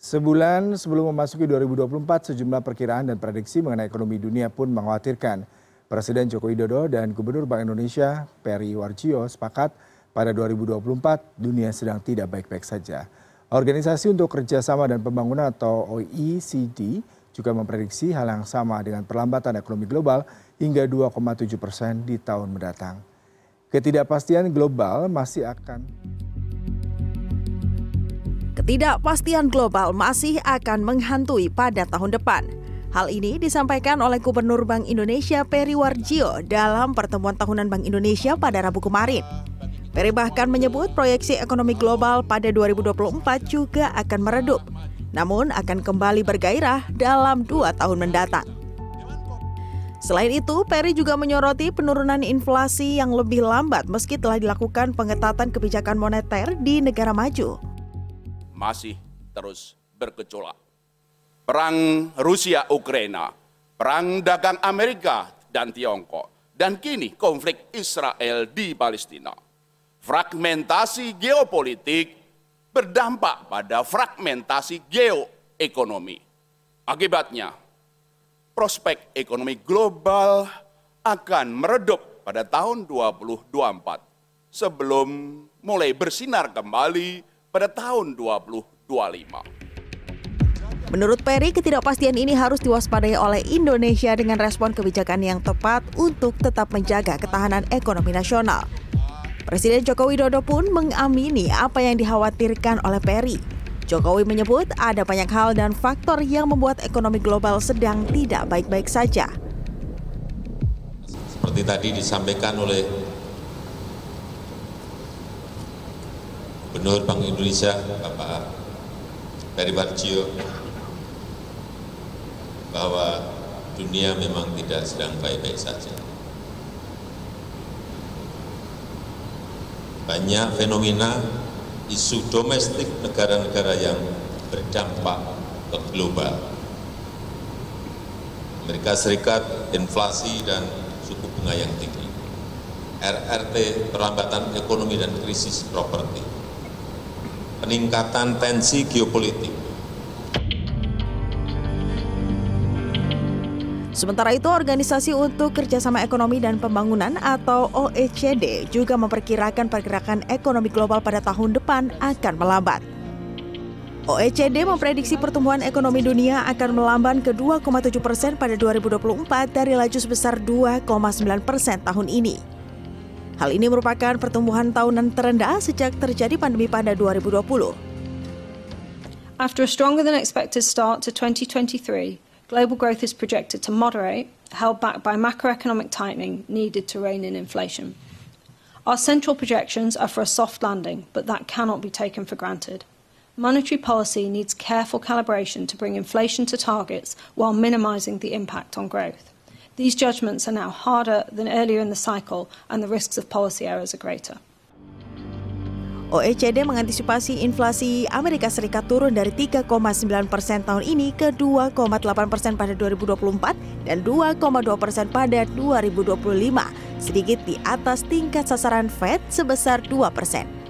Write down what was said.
Sebulan sebelum memasuki 2024, sejumlah perkiraan dan prediksi mengenai ekonomi dunia pun mengkhawatirkan. Presiden Joko Widodo dan Gubernur Bank Indonesia Peri Warjio sepakat pada 2024 dunia sedang tidak baik-baik saja. Organisasi untuk Kerjasama dan Pembangunan atau OECD juga memprediksi hal yang sama dengan perlambatan ekonomi global hingga 2,7% di tahun mendatang. Ketidakpastian global masih akan menghantui pada tahun depan. Hal ini disampaikan oleh Gubernur Bank Indonesia Peri Warjio dalam pertemuan tahunan Bank Indonesia pada Rabu kemarin. Peri bahkan menyebut proyeksi ekonomi global pada 2024 juga akan meredup, namun akan kembali bergairah dalam 2 tahun mendatang. Selain itu, Peri juga menyoroti penurunan inflasi yang lebih lambat meski telah dilakukan pengetatan kebijakan moneter di negara maju. Masih terus bergejolak. Perang Rusia-Ukraina, perang dagang Amerika dan Tiongkok, dan kini konflik Israel di Palestina. Fragmentasi geopolitik berdampak pada fragmentasi geoekonomi. Akibatnya, prospek ekonomi global akan meredup pada tahun 2024 sebelum mulai bersinar kembali pada tahun 2025. Menurut Peri, ketidakpastian ini harus diwaspadai oleh Indonesia dengan respon kebijakan yang tepat untuk tetap menjaga ketahanan ekonomi nasional. Presiden Joko Widodo pun mengamini apa yang dikhawatirkan oleh Peri. Jokowi menyebut ada banyak hal dan faktor yang membuat ekonomi global sedang tidak baik-baik saja. Seperti tadi disampaikan oleh Gubernur Bank Indonesia, Bapak Peri Warjio, bahwa dunia memang tidak sedang baik-baik saja. Banyak fenomena isu domestik negara-negara yang berdampak ke global. Amerika Serikat, inflasi dan suku bunga yang tinggi. RRT, perlambatan ekonomi dan krisis properti. Peningkatan tensi geopolitik. Sementara itu, Organisasi untuk Kerjasama Ekonomi dan Pembangunan atau OECD juga memperkirakan pergerakan ekonomi global pada tahun depan akan melambat. OECD memprediksi pertumbuhan ekonomi dunia akan melambat ke 2,7% pada 2024 dari laju sebesar 2,9% tahun ini. Hal ini merupakan pertumbuhan tahunan terendah sejak terjadi pandemi pada 2020. After a stronger than expected start to 2023, global growth is projected to moderate, held back by macroeconomic tightening needed to rein in inflation. Our central projections are for a soft landing, but that cannot be taken for granted. Monetary policy needs careful calibration to bring inflation to targets while minimizing the impact on growth. These judgments are now harder than earlier in the cycle, and the risks of policy errors are greater. OECD mengantisipasi inflasi Amerika Serikat turun dari 3,9% tahun ini ke 2,8% pada 2024 dan 2,2% pada 2025, sedikit di atas tingkat sasaran Fed sebesar 2%.